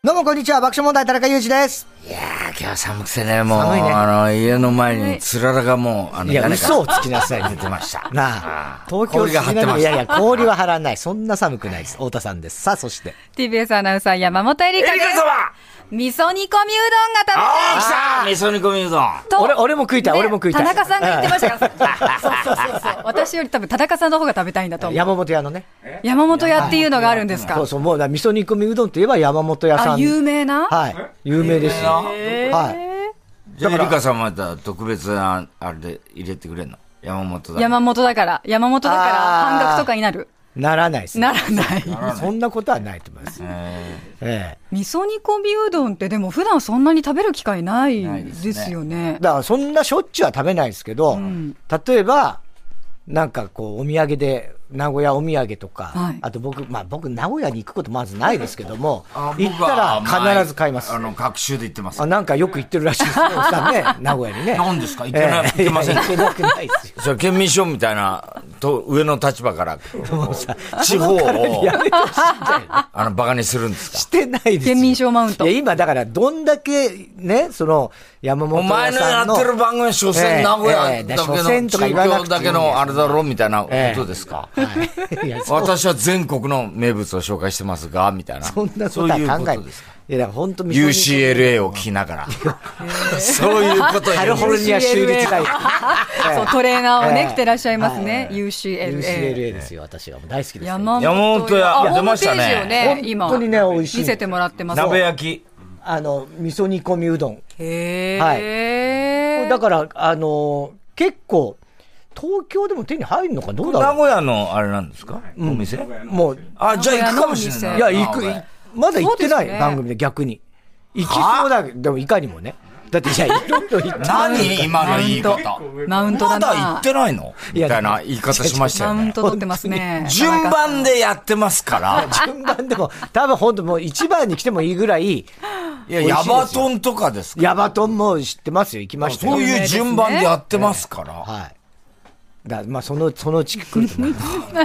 どうもこんにちは、爆笑問題田中裕二です。 いやー、今日は寒くてね、もう、 ね、 家の前につららがもう、 いや、嘘をつきなさい。 出てました。 なあ、東京氷が張ってました。 いやいや、氷は張らない。そんな寒くないです。太田さんです。さあ、そして。 TBS アナウンサー山本エリカです。味噌煮込みうどんが食べたい。 来た味噌煮込みうどん。 俺も食いたい、俺も食いたい。 田中さんが言ってましたからそう。私より多分田中さんの方が食べたいんだと思う。 山本屋のね。 山本屋っていうのがあるんですか。 そう、もう味噌煮込みうどんといえば山本屋さん。 有名な？ はい。有名ですよ。はい。 じゃあ、エリカさんまた特別な、あれで入れてくれんの？山本だから。半額とかになる。 ならないです。 ならない。 そんなことはないと思います。 味噌煮込みうどんってでも普段そんなに食べる機会ないですよね。 だからそんなしょっちゅうは食べないですけど、例えば、なんかこう、お土産で、名古屋お土産とか、はい、あと僕名古屋に行くことまずないですけども、行ったら必ず買います。 各週で行ってます。 なんかよく行ってるらしいですね、おっさんね、名古屋にね。 何ですか？行ってない、行ってません。 行ってなくないですよ。 それ県民賞みたいな、上の立場から、地方を、バカにするんですか？ してないですよ。 県民賞マウント。 いや、今だから、どんだけ、ね、山本屋さんの。 お前のやってる番組、所詮名古屋だけの、中京だけのあれだろ、みたいなことですか？私は全国の名物を紹介してますが、みたいな。 そんなことは考えて。いや、だから本当に。 UCLA を聞きながら。そういうことをカリフォルニア州立大学。 そう、トレーナーをね、着てらっしゃいますね。 UCLA ですよ、私は。大好きです。 山本屋、出ましたね。 今。 本当にね、美味しい。 見せてもらってます。 鍋焼き。 味噌煮込みうどん。 へー。はい。だから、結構、東京でも手に入るのかどうだろう。 名古屋のあれなんですか？お店？ もう。 じゃあ行くかもしれない。 いや、まだ行ってない、番組で逆に。行きそうだけど、でもいかにもね。だって、いろいろ言って何今の言い方。 マウントだな。 まだ行ってないのみたいな言い方しましたよね。 マウント取ってますね。 順番でやってますから。 順番でも、多分本当もう一番に来てもいいぐらい。いや、ヤバトンとかですか？ ヤバトンも知ってますよ。行きましたよ。 そういう順番でやってますから。 はい。まあ、そのうち来ると思います。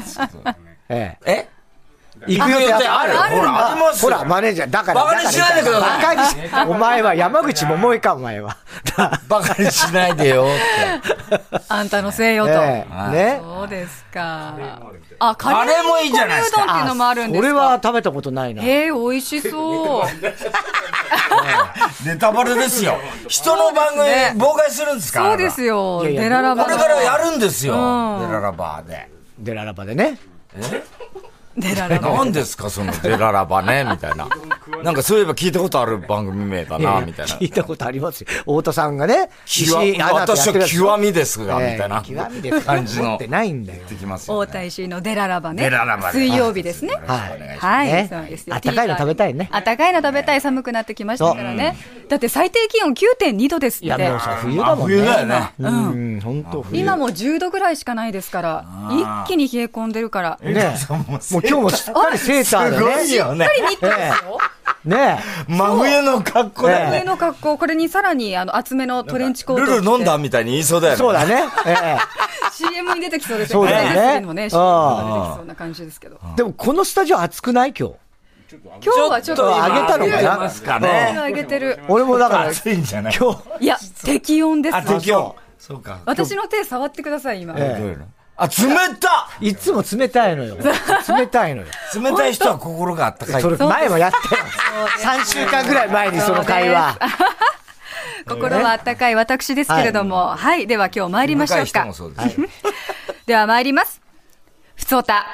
行く予定ある？ ほら、ありますほら、マネージャー。だから。 バカにしないでください。 バカにお前は山口百恵か、お前は。 バカにしないでよって。 あんたのせいよと。 ね。 そうですか。 カレーもいいじゃないですか。 カレーうどんっていうのもあるんですか？ 俺は食べたことないな。 美味しそう。 ネタバレですよ。人の番組妨害するんですか？ そうですよ。デララバ。 これからやるんですよ。デララバで。 デララバでね。 デララバ。 何ですかそのデララバねみたいな。なんかそういえば聞いたことある番組名だなみたいな。 聞いたことありますよ。太田さんがね。 私は極みですがみたいな極みです感じの。 持ってないんだよ。 太田石井のデララバね。 デララバ水曜日ですね。はい。そうですよ。 あったかいの食べたいね。 あったかいの食べたい。寒くなってきましたからね。だって最低気温 9.2 度ですって。 いやもうさ冬だもんね。 冬だよね。 本当冬。 今も10度ぐらいしかないですから、一気に冷え込んでるから。 ね。もう今日もしっかりセーターでね。 すごいよね。 しっかりニットですよ。 ね真冬の格好だよね。 真冬の格好、これにさらに厚めのトレンチコート。 ルル飲んだみたいに言いそうだよね。 そうだね。 CM に出てきそうですよね。そうだよね。 CM に出てきそうな感じですけど。 でもこのスタジオ暑くない今日。 今日はちょっと上げたのかな。 ますかね。 上げてる。 俺もだから暑いんじゃない今日。 いや適温です。 適温。そうか。 私の手触ってください今。 冷たいつも冷たいのよ。冷たいのよ。 冷たい人は心があったかい。 それ前もやったよ。3週間ぐらい前にその会話。 心はあったかい私ですけれども。はい。では今日参りましょうか。では参ります。ふつおた。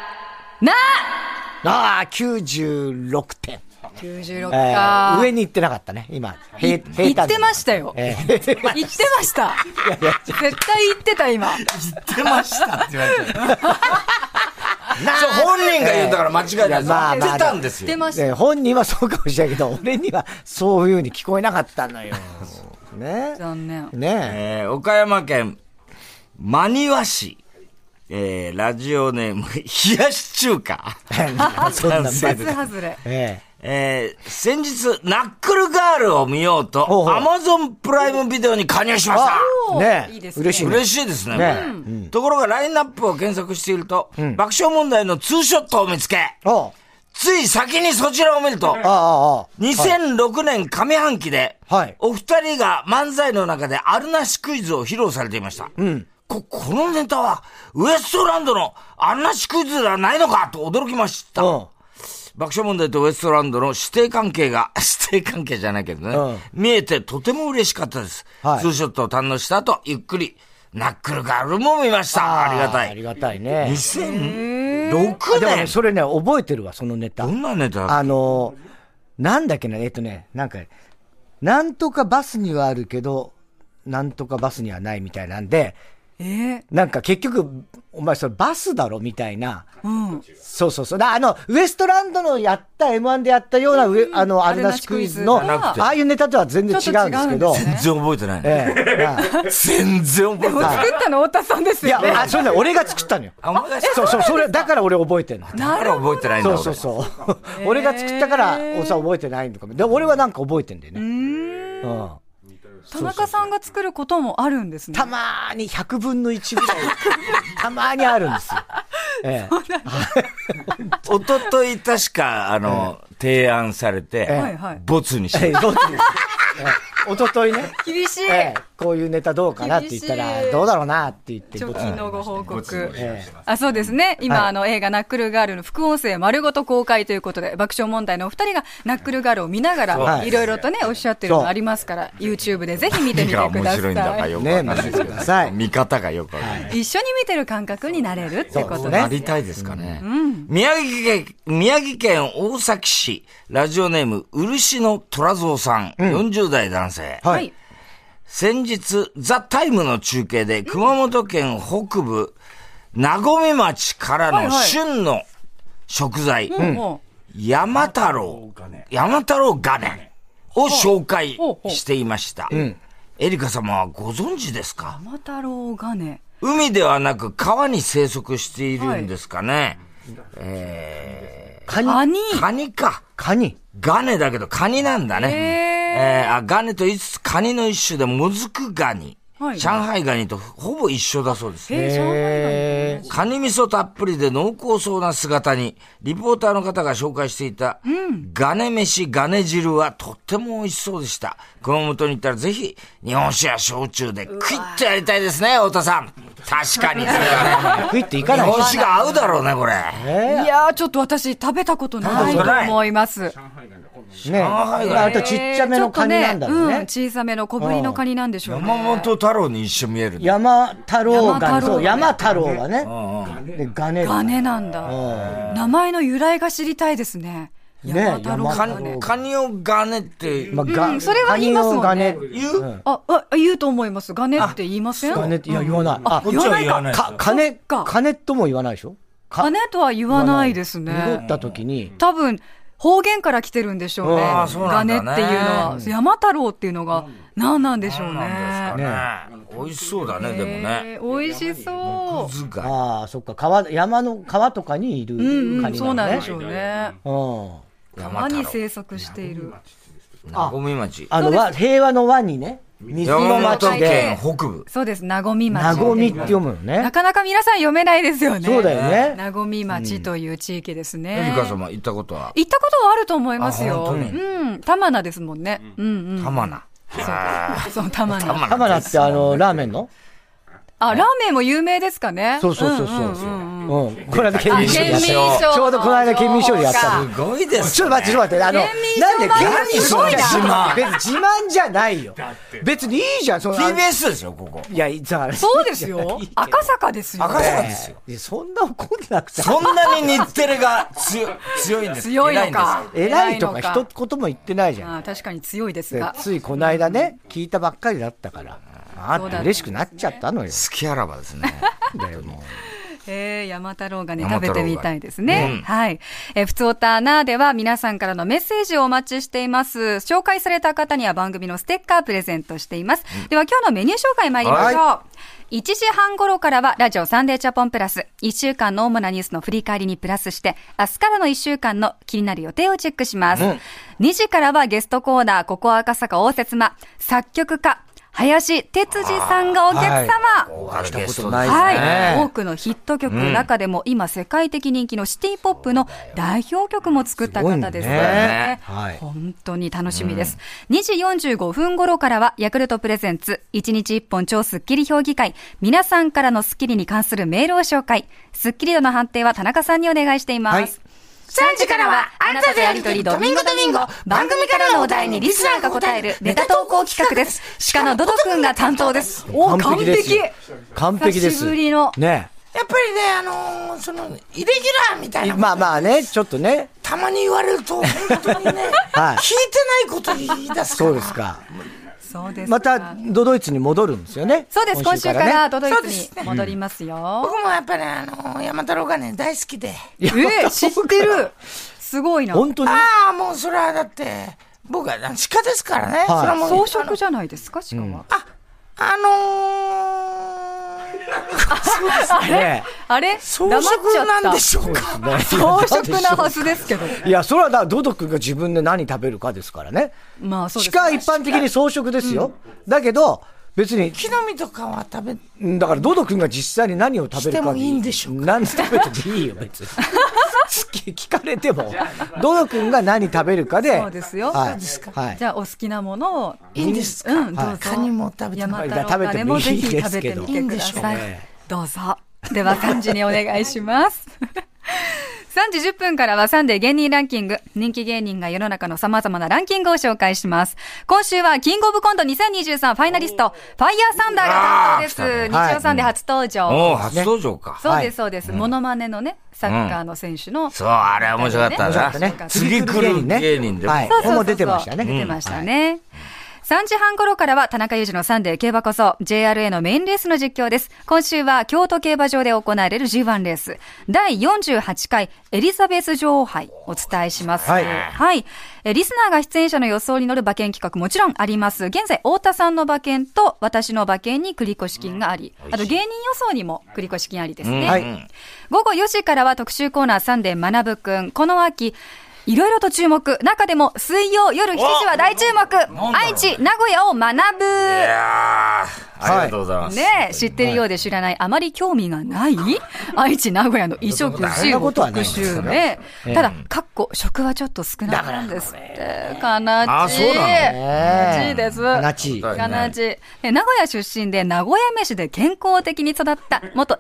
96点。 96か。 上に行ってなかったね、今。 行ってましたよ。行ってました。絶対行ってた、今。 行ってましたって言われてる。本人が言うんだから間違いない。言ってたんですよ。 本人はそうかもしれないけど、俺にはそういう風に聞こえなかったのよ。ね。 残念。 ね。 岡山県真庭市。ラジオネーム、冷やし中華。 そんな別外れ。 先日、ナックルガールを見ようと、アマゾンプライムビデオに加入しました。 ねえ。 嬉しいね。 嬉しいですね。ところが、ラインナップを検索していると、爆笑問題のツーショットを見つけ、 つい先にそちらを見ると、2006年上半期で、お二人が漫才の中であるなしクイズを披露されていました。このネタは、ウエストランドのあるなしクイズではないのかと驚きました。爆笑問題とウエストランドの師弟関係じゃないけどね、見えてとても嬉しかったです。ツーショットを堪能した後、ゆっくり、ナックルガールも見ました。ありがたい。 ありがたいね。 2006年。 でもね、それね、覚えてるわ、そのネタ。 どんなネタ？ なんだっけな、なんか、なんとかバスにはあるけど、なんとかバスにはないみたいなんで、なんか結局、お前それバスだろみたいな。そうそうそう。ウエストランドのやった、M1 でやったような、あるなしクイズの、ああいうネタとは全然違うんですけど。 全然覚えてない。全然覚えてない。 作ったの太田さんですよね。 いや、それね、俺が作ったのよ。それ、だから俺覚えてんの。 だから覚えてないんだ。 そう。俺が作ったから、おさ覚えてないんだかも。で、俺はなんか覚えてんだよね。 田中さんが作ることもあるんですね。 たまーに100分の1ぐらい、たまーにあるんですよ。 おととい確か、提案されて、ボツにして。 おとといね。 厳しい。 こういうネタどうかなって言ったら、どうだろうなって言って。 直近のご報告。そうですね。今、映画ナックルガールの副音声丸ごと公開ということで、爆笑問題のお二人がナックルガールを見ながら、いろいろとね、おっしゃってるのありますから、YouTube でぜひ見てみてください。 面白いんだかよくわかんないですけど。見方がよくわかんない。 一緒に見てる感覚になれるってことです。 なりたいですかね。宮城県大崎市、ラジオネーム、漆野虎蔵さん、40代男性。先日、ザ・タイムの中継で、熊本県北部、和水町からの旬の食材、山太郎ガネを紹介していました。エリカ様はご存知ですか？ 山太郎ガネ。 海ではなく川に生息しているんですかね。 カニか。 カニ。 ガネだけどカニなんだね。ガネと言いつつカニの一種でもずくガニ。上海ガニとほぼ一緒だそうです。カニ味噌たっぷりで濃厚そうな姿に、リポーターの方が紹介していた、ガネ飯、ガネ汁はとっても美味しそうでした。熊本に行ったらぜひ、日本酒や焼酎でクイッとやりたいですね、太田さん。確かに。 クイッといかない。 日本酒が合うだろうね、これ。 いやー、ちょっと私食べたことないと思います。 ね、あとちっちゃめのカニなんだろうね。 小さめの小ぶりのカニなんでしょうね。 山本太郎に一緒見える。 山太郎が、そう、山太郎はね。ガネなんだ。名前の由来が知りたいですね。 ね、 カニをガネって、 それは言いますもんね。 言うと思います。ガネって言いません？ ガネって言わない。 こっちは言わない。 カネとも言わないでしょ？ カネとは言わないですね。 濁った時に。 多分、方言から来てるんでしょうね。ガネっていうのは。山太郎っていうのが何なんでしょうね。 美味しそうだね、でもね。 美味しそう。 ああ、そっか。山の川とかにいるカニなんね。 そうなんでしょうね。川に生息している。 和水町。 平和の和にね。 山本県北部。 そうです、和水町。 和水って読むのね。 なかなか皆さん読めないですよね。 そうだよね。 和水町という地域ですね。 エリカ様行ったことは？ 行ったことはあると思いますよ。玉名ですもんね。 玉名。 そう、玉名。 玉名ってラーメンの？ ラーメンも有名ですかね。 そう。この間県民賞でやった。ちょうどこの間県民賞でやった。 すごいです。 ちょっと待って。なんで県民賞じゃ別に自慢じゃないよ。別にいいじゃん。 TBS ですよ、ここ。 いや、 そうですよ。赤坂ですよ。 赤坂ですよ。 そんな怒んなくて。 そんなに日テレが強いんです。 強いのか。 偉いとか一言も言ってないじゃん。 確かに強いですが。 ついこの間ね、聞いたばっかりだったから。って嬉しくなっちゃったのよ。 好きあらばですね。 だよもう。山太郎がね、食べてみたいですね。はい。ふつおたなでは皆さんからのメッセージをお待ちしています。紹介された方には番組のステッカープレゼントしています。では今日のメニュー紹介参りましょう。1時半頃からはラジオサンデーチャポンプラス。1週間の主なニュースの振り返りにプラスして、明日からの1週間の気になる予定をチェックします。2時からはゲストコーナー、ここ赤坂応接間、作曲家、 林哲司さんがお客様。 ゲストはい。多くのヒット曲の中でも、今世界的人気のシティポップの代表曲も作った方ですね。本当に楽しみです。2時45分頃からは、ヤクルトプレゼンツ、1日1本超スッキリ評議会。皆さんからのスッキリに関するメールを紹介。スッキリ度の判定は田中さんにお願いしています。3時からは、あなたとやりとりドミンゴドミンゴ。番組からのお題にリスナーが答えるネタ投稿企画です。鹿のドドくんが担当です。お、完璧。 完璧です。 久しぶりの。 ね。 やっぱりね、イレギュラーみたいな。 まあまあね、ちょっとね。 たまに言われると、本当にね、聞いてないこと言い出すから。 そうですか。 そうです。 また、ドドイツに戻るんですよね。 そうです。今週からドドイツに戻りますよ。 僕もやっぱり山太郎がね、大好きで。 知ってる。すごいな。 本当に。 ああ、もうそれはだって、僕は鹿ですからね。それはもう草食じゃないですか、鹿は。 そうですね。 あれ草食なんでしょうか。 草食なはずですけど。 いや、それはドド君が自分で何食べるかですからね。 まあそうですね。 鹿一般的に草食ですよ。だけど、別に。 木の実とかは食べ、 だからドド君が実際に何を食べるか。 してもいいんでしょうか。 何食べてもいいよ、別に。聞かれても、ドド君が何食べるかで。 そうですよ。 そうですか。 じゃあ、お好きなものを。 いいんですか。 どうぞ。 カニも食べてもいい。 食べてもいいですけど。 いいんでしょうね。どうぞ。では3時にお願いします。3時10分からはサンデー芸人ランキング。人気芸人が世の中の様々なランキングを紹介します。今週はキングオブコント2023ファイナリスト、ファイヤーサンダーが担当です。日曜サンデー初登場。 初登場か。 そうです、そうです。モノマネのね、サッカーの選手の。 そう、あれ面白かったね。次来る芸人でも。 もう出てましたね。 出てましたね。3時半頃からは田中裕二のサンデー競馬こそ JRA のメインレースの実況です。今週は京都競馬場で行われる G1 レース第48回エリザベス女王杯お伝えします。はい。リスナーが出演者の予想に乗る馬券企画もちろんあります。現在太田さんの馬券と私の馬券に繰越金があり、あと芸人予想にも繰越金ありですね。はい。午後4時からは特集コーナーサンデー学ぶくん。この秋いろいろと注目。中でも水曜夜7時は大注目。愛知、名古屋を学ぶ。いやありがとうございます。 ねえ、知ってるようで知らない、あまり興味がない愛知、名古屋の衣食住を特集で。ただ、食はちょっと少なかったんですって。かなち。 あ、そうなの悲しいです。 かなち。 名古屋出身で名古屋飯で健康的に育った元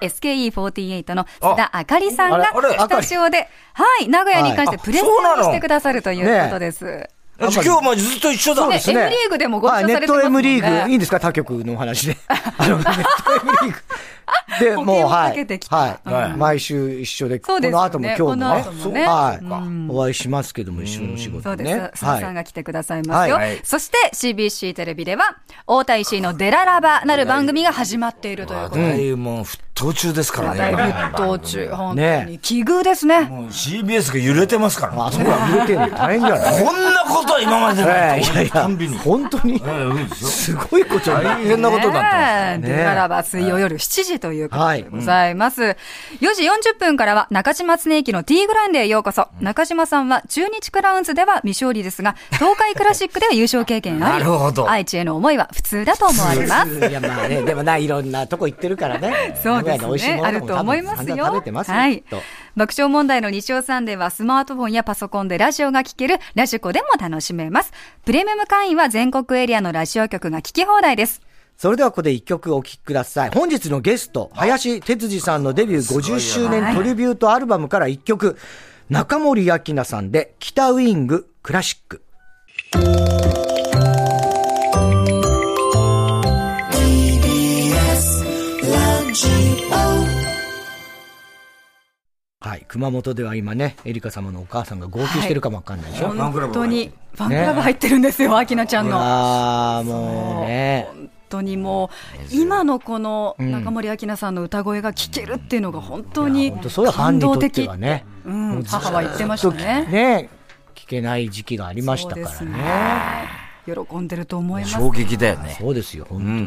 SKE48 の津田あかりさんがスタジオで、名古屋に関してプレゼンをしてくださるということです。 今日もずっと一緒だ。 そうですね。M リーグでもご一緒されてますもんね。 ネット M リーグ、いいんですか他局のお話で。ネット M リーグ。で、もう、毎週一緒で、この後も今日もね、お会いしますけども、一緒の仕事ね。 そうです。須田さんが来てくださいますよ。そして CBC テレビでは、太田石井のデララバなる番組が始まっているということで。 もう沸騰中ですからね。 沸騰中。本当に。奇遇ですね。もう CBS が揺れてますから。 あそこは揺れてるの大変じゃない。 こんなことは今までない。 本当に。すごいこと大変なことになってます。 デララバ水曜夜7時ということでございます。4時40分からは中島恒之の T グランデへようこそ。中島さんは中日クラウンズでは未勝利ですが、東海クラシックでは優勝経験あり、愛知への思いは普通だと思われます。 いやまあね、でもいろんなとこ行ってるからね。 そうですね。あると思いますよ。はい。爆笑問題の日曜サンデーはスマートフォンやパソコンでラジオが聴けるラジコでも楽しめます。プレミアム会員は全国エリアのラジオ局が聴き放題です。 それではここで一曲お聴きください。本日のゲスト、林哲司さんのデビュー50周年トリビュートアルバムから一曲、中森明菜さんで北ウイングクラシック。はい。熊本では今ね、エリカ様のお母さんが号泣してるかもわかんないでしょ。 本当に、ファンクラブ入ってるんですよ、明菜ちゃんの。 もうね。 本当にもう、今のこの中森明菜さんの歌声が聴けるっていうのが本当に感動的。母は言ってましたね。 ね。聴けない時期がありましたからね。 喜んでると思います。 衝撃だよね。 そうですよ、本当に。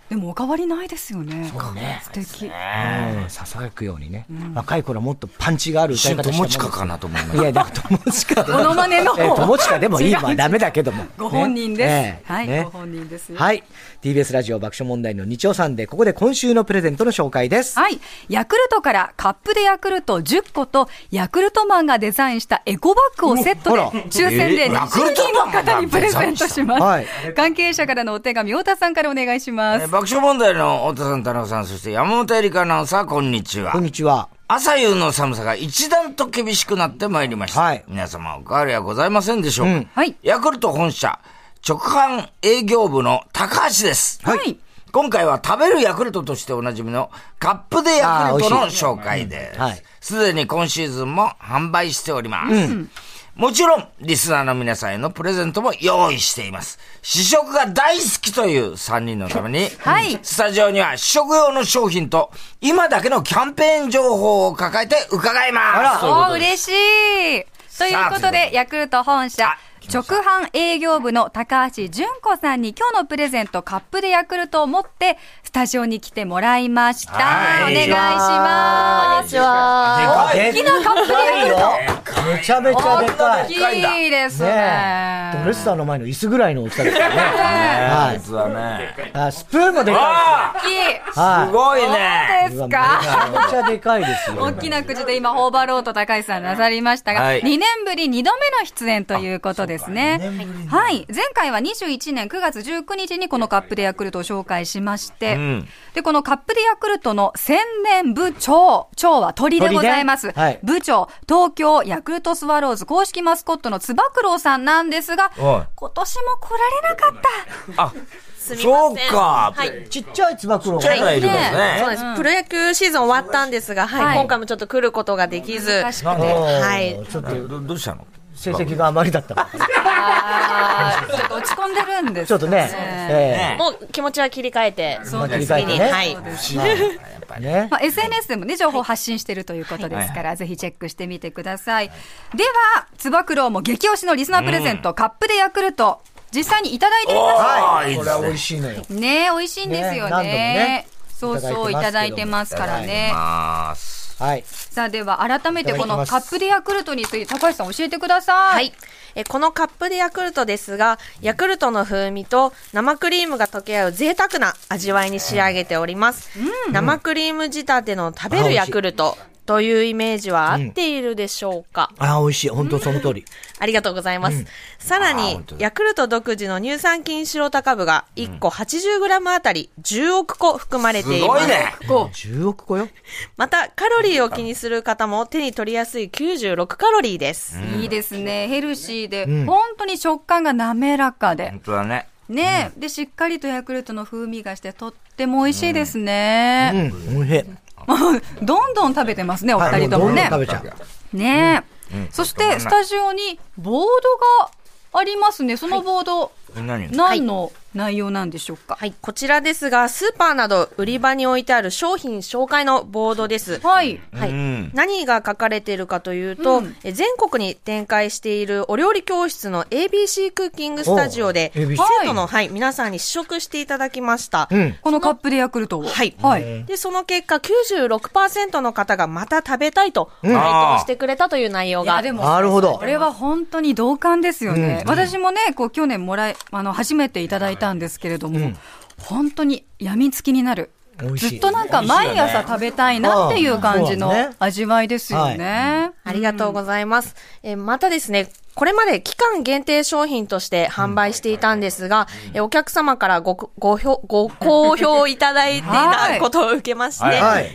でもお変わりないですよね。 そうね。 素敵。 囁くようにね。若い頃はもっとパンチがある歌い方したもんです。 友近かなと思いました。 いや、でも友近でも。 モノマネの方。 友近でもいいわ。ダメだけども。 ご本人です。はい、ご本人ですよ。 はい。TBS ラジオ爆笑問題の日曜さんで、ここで今週のプレゼントの紹介です。 はい。ヤクルトからカップでヤクルト10個と、ヤクルトマンがデザインしたエコバッグをセットで、抽選で20人の方にプレゼントします。はい。関係者からのお手紙、太田さんからお願いします。 爆笑問題の太田さん、田中さん、そして山本エリカアナウンサー、こんにちは。 こんにちは。 朝夕の寒さが一段と厳しくなってまいりました。はい。皆様お変わりはございませんでしょうか。はい。ヤクルト本社直販営業部の高橋です。はい。今回は食べるヤクルトとしておなじみのカップでヤクルトの紹介です。はい。すでに今シーズンも販売しております。もちろん、リスナーの皆さんへのプレゼントも用意しています。試食が大好きという3人のために、はい、スタジオには試食用の商品と、今だけのキャンペーン情報を抱えて伺います。 おー、嬉しい。ということで、ヤクルト本社、直販営業部の高橋純子さんに今日のプレゼントカップでヤクルトを持ってスタジオに来てもらいました。お願いします。こんにちは。大きなカップでヤクルト。 めちゃめちゃでかい。 大きいですね。 ドレッサーの前の椅子ぐらいの大きさですよね。はい。 実はね。 スプーンもでかい。大きい。 すごいね。 そうですか。 めちゃめちゃでかいですよ。 大きな口で今オーバーロード高橋さんなさりましたが、2年ぶり2度目の出演ということですね。はい。前回は21年9月19日にこのカップでヤクルトを紹介しまして、で、このカップでヤクルトの宣伝部長、長は鳥でございます。はい、部長、東京ヤクルトスワローズ公式マスコットのつば九郎さんなんですが、今年も来られなかった。 あ、そうか。 はい。ちっちゃいつば九郎がいるんですね。 そうです。プロ野球シーズン終わったんですが、はい。今回もちょっと来ることができず。はい。 ちょっと、どうしたの？ 成績があまりだったから。 ちょっと落ち込んでるんです。 ちょっとね。 もう気持ちは切り替えて。 そうですね。 はい。 まあ、SNS でもね、情報発信してるということですから、ぜひチェックしてみてください。では、つば九郎も激推しのリスナープレゼント、カップでヤクルト、実際にいただいてみます。 はい。これは美味しいのよ。 ね、美味しいんですよね。そうそう、いただいてますからね。はい。さあ、では改めてこのカップでヤクルトについて高橋さん教えてください。はい。 このカップでヤクルトですが、ヤクルトの風味と生クリームが溶け合う贅沢な味わいに仕上げております。生クリーム仕立ての食べるヤクルトというイメージは合っているでしょうか？ 美味しい。本当その通り。 ありがとうございます。さらに、ヤクルト独自の乳酸菌シロタ株が1個 80g あたり10億個含まれています。 すごいね。 10億個よ。 また、カロリーを気にする方も手に取りやすい96カロリーです。 いいですね。ヘルシーで、本当に食感が滑らかで。 本当だね。 ね、で、しっかりとヤクルトの風味がして、とっても美味しいですね。 美味しい。 どんどん食べてますね、お二人ともね。 どんどん食べちゃう。 ねえ。そして、スタジオにボードがありますね。そのボード、何の内容なんでしょうか？ はい、こちらですが、スーパーなど売り場に置いてある商品紹介のボードです。はい。はい。何が書かれているかというと、全国に展開しているお料理教室の ABC クッキングスタジオで、生徒の、はい、皆さんに試食していただきました。 このカップでヤクルトを。 はい。はい。で、その結果、96% の方がまた食べたいと回答してくれたという内容が。 でも、 なるほど。 これは本当に同感ですよね。私もね、去年初めていただいたんですけれども、本当に病みつきになる。ずっとなんか毎朝食べたいなっていう感じの味わいですよね。 ありがとうございます。またですね、これまで期間限定商品として販売していたんですが、お客様からご好評いただいていたことを受けまして、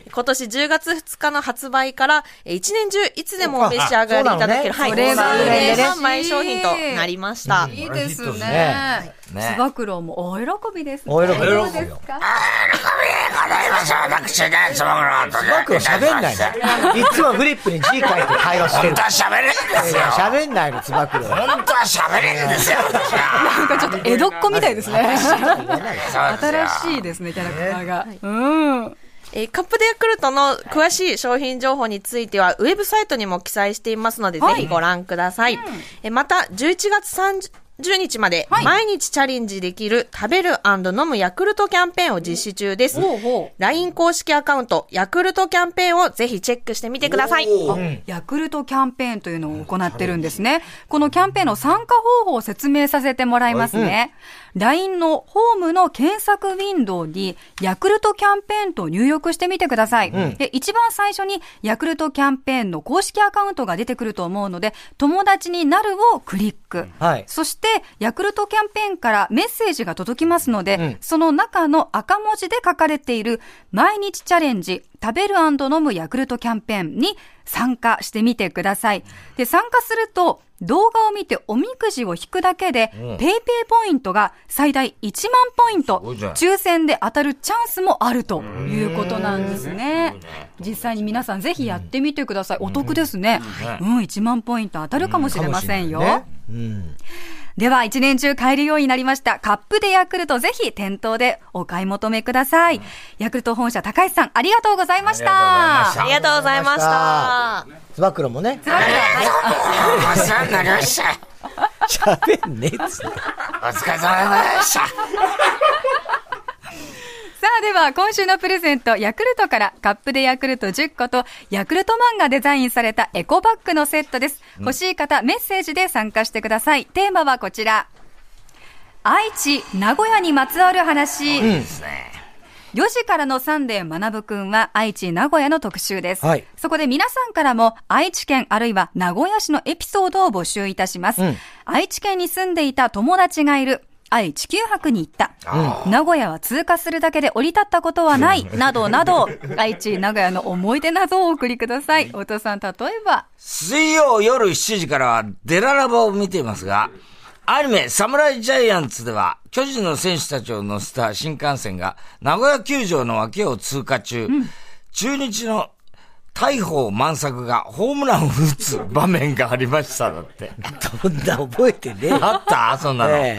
今年10月2日の発売から一年中いつでもお召し上がりいただける、はい、販売商品となりました。 いいですね。つば九郎も大喜びですね。 大喜びですか？ 大喜びでございます。私ね、つば九郎と。 つば九郎喋んないの。いつもフリップに字書いて会話してる。 本当は喋れるんですよ。 喋んないの、つば九郎。 本当は喋れるんですよ。 なんかちょっと江戸っ子みたいですね。新しいですね、キャラクターが。 カップでヤクルトの詳しい商品情報についてはウェブサイトにも記載していますので、ぜひご覧ください。また11月 30日まで毎日チャレンジできる食べる&飲むヤクルトキャンペーンを実施中です。LINE 公式アカウントヤクルトキャンペーンをぜひチェックしてみてください。 ヤクルトキャンペーンというのを行ってるんですね。このキャンペーンの参加方法を説明させてもらいますね。LINE のホームの検索ウィンドウにヤクルトキャンペーンと入力してみてください。で、一番最初にヤクルトキャンペーンの公式アカウントが出てくると思うので、友達になるをクリック。そしてヤクルトキャンペーンからメッセージが届きますので、その中の赤文字で書かれている毎日チャレンジ食べる&飲むヤクルトキャンペーンに参加してみてください。で、参加すると動画を見ておみくじを引くだけで、ペイペイポイントが最大1万ポイント、抽選で当たるチャンスもあるということなんですね。実際に皆さんぜひやってみてください。お得ですね。1万ポイント当たるかもしれませんよ。では一年中買えるようになりましたカップでヤクルト、ぜひ店頭でお買い求めください。ヤクルト本社高橋さん、ありがとうございました。 ありがとうございました。 つば九郎もね。 お世話になりました。 喋んねえっつって。 お疲れ様でした。 さあ、では今週のプレゼント、ヤクルトからカップでヤクルト10個とヤクルトマンがデザインされたエコバッグのセットです。欲しい方メッセージで参加してください。テーマはこちら、愛知名古屋にまつわる話。4時からのサンデー学ぶくんは愛知名古屋の特集です、そこで皆さんからも愛知県あるいは名古屋市のエピソードを募集いたします、愛知県に住んでいた友達がいる、愛地球博に行った、名古屋は通過するだけで降り立ったことはない、などなど、愛知名古屋の思い出などをお送りください。太田さん、例えば水曜夜7時からはデララバを見ていますが、アニメサムライジャイアンツでは巨人の選手たちを乗せた新幹線が名古屋球場の脇を通過中、中日の大砲万作がホームランを打つ場面がありました。だってどんな覚えてね。 あったそんなの。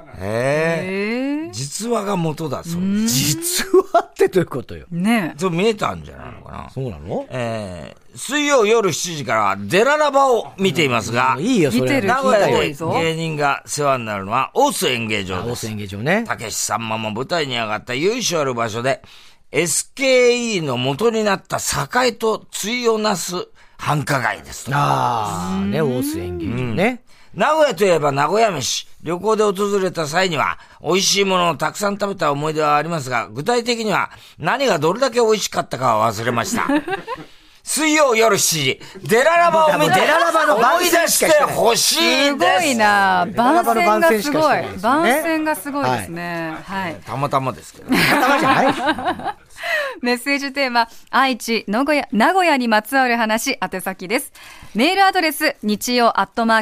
実話が元だそうです。 実話ってどういうことよ。 ねそう見えたんじゃないのかな。 そうなの？ 水曜夜7時からはデララバを見ていますが、 いいよそれ。 名古屋で芸人が世話になるのは大須演芸場です。 大須演芸場ね。 たけしさんまも舞台に上がった由緒ある場所で SKE の元になった栄と対をなす繁華街ですと。 ね、大須演芸場ね。 名古屋といえば名古屋飯。旅行で訪れた際には美味しいものをたくさん食べた思い出はありますが、具体的には何がどれだけ美味しかったかは忘れました。水曜夜7時、デララバを見て思い出してほしいです。 すごいな。番宣がすごい。番宣がすごいですね。はい。 たまたまですけど。 たまたまじゃない。 メッセージテーマ、愛知名古屋にまつわる話、宛先です。メールアドレス、日曜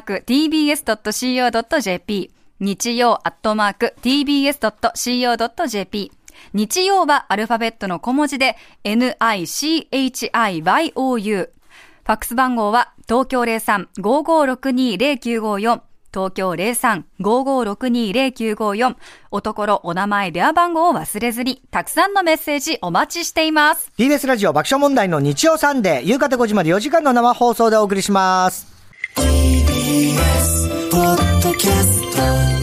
@tbs.co.jp、日曜@tbs.co.jp、日曜はアルファベットの小文字で NICHIYOU。ファックス番号は東京 03-5562-0954、東京 03-5562-0954。おところ、お名前、電話番号を忘れずに、たくさんのメッセージお待ちしています。 TBS ラジオ爆笑問題の日曜サンデー、夕方5時まで4時間の生放送でお送りします。TBS ポッドキャスト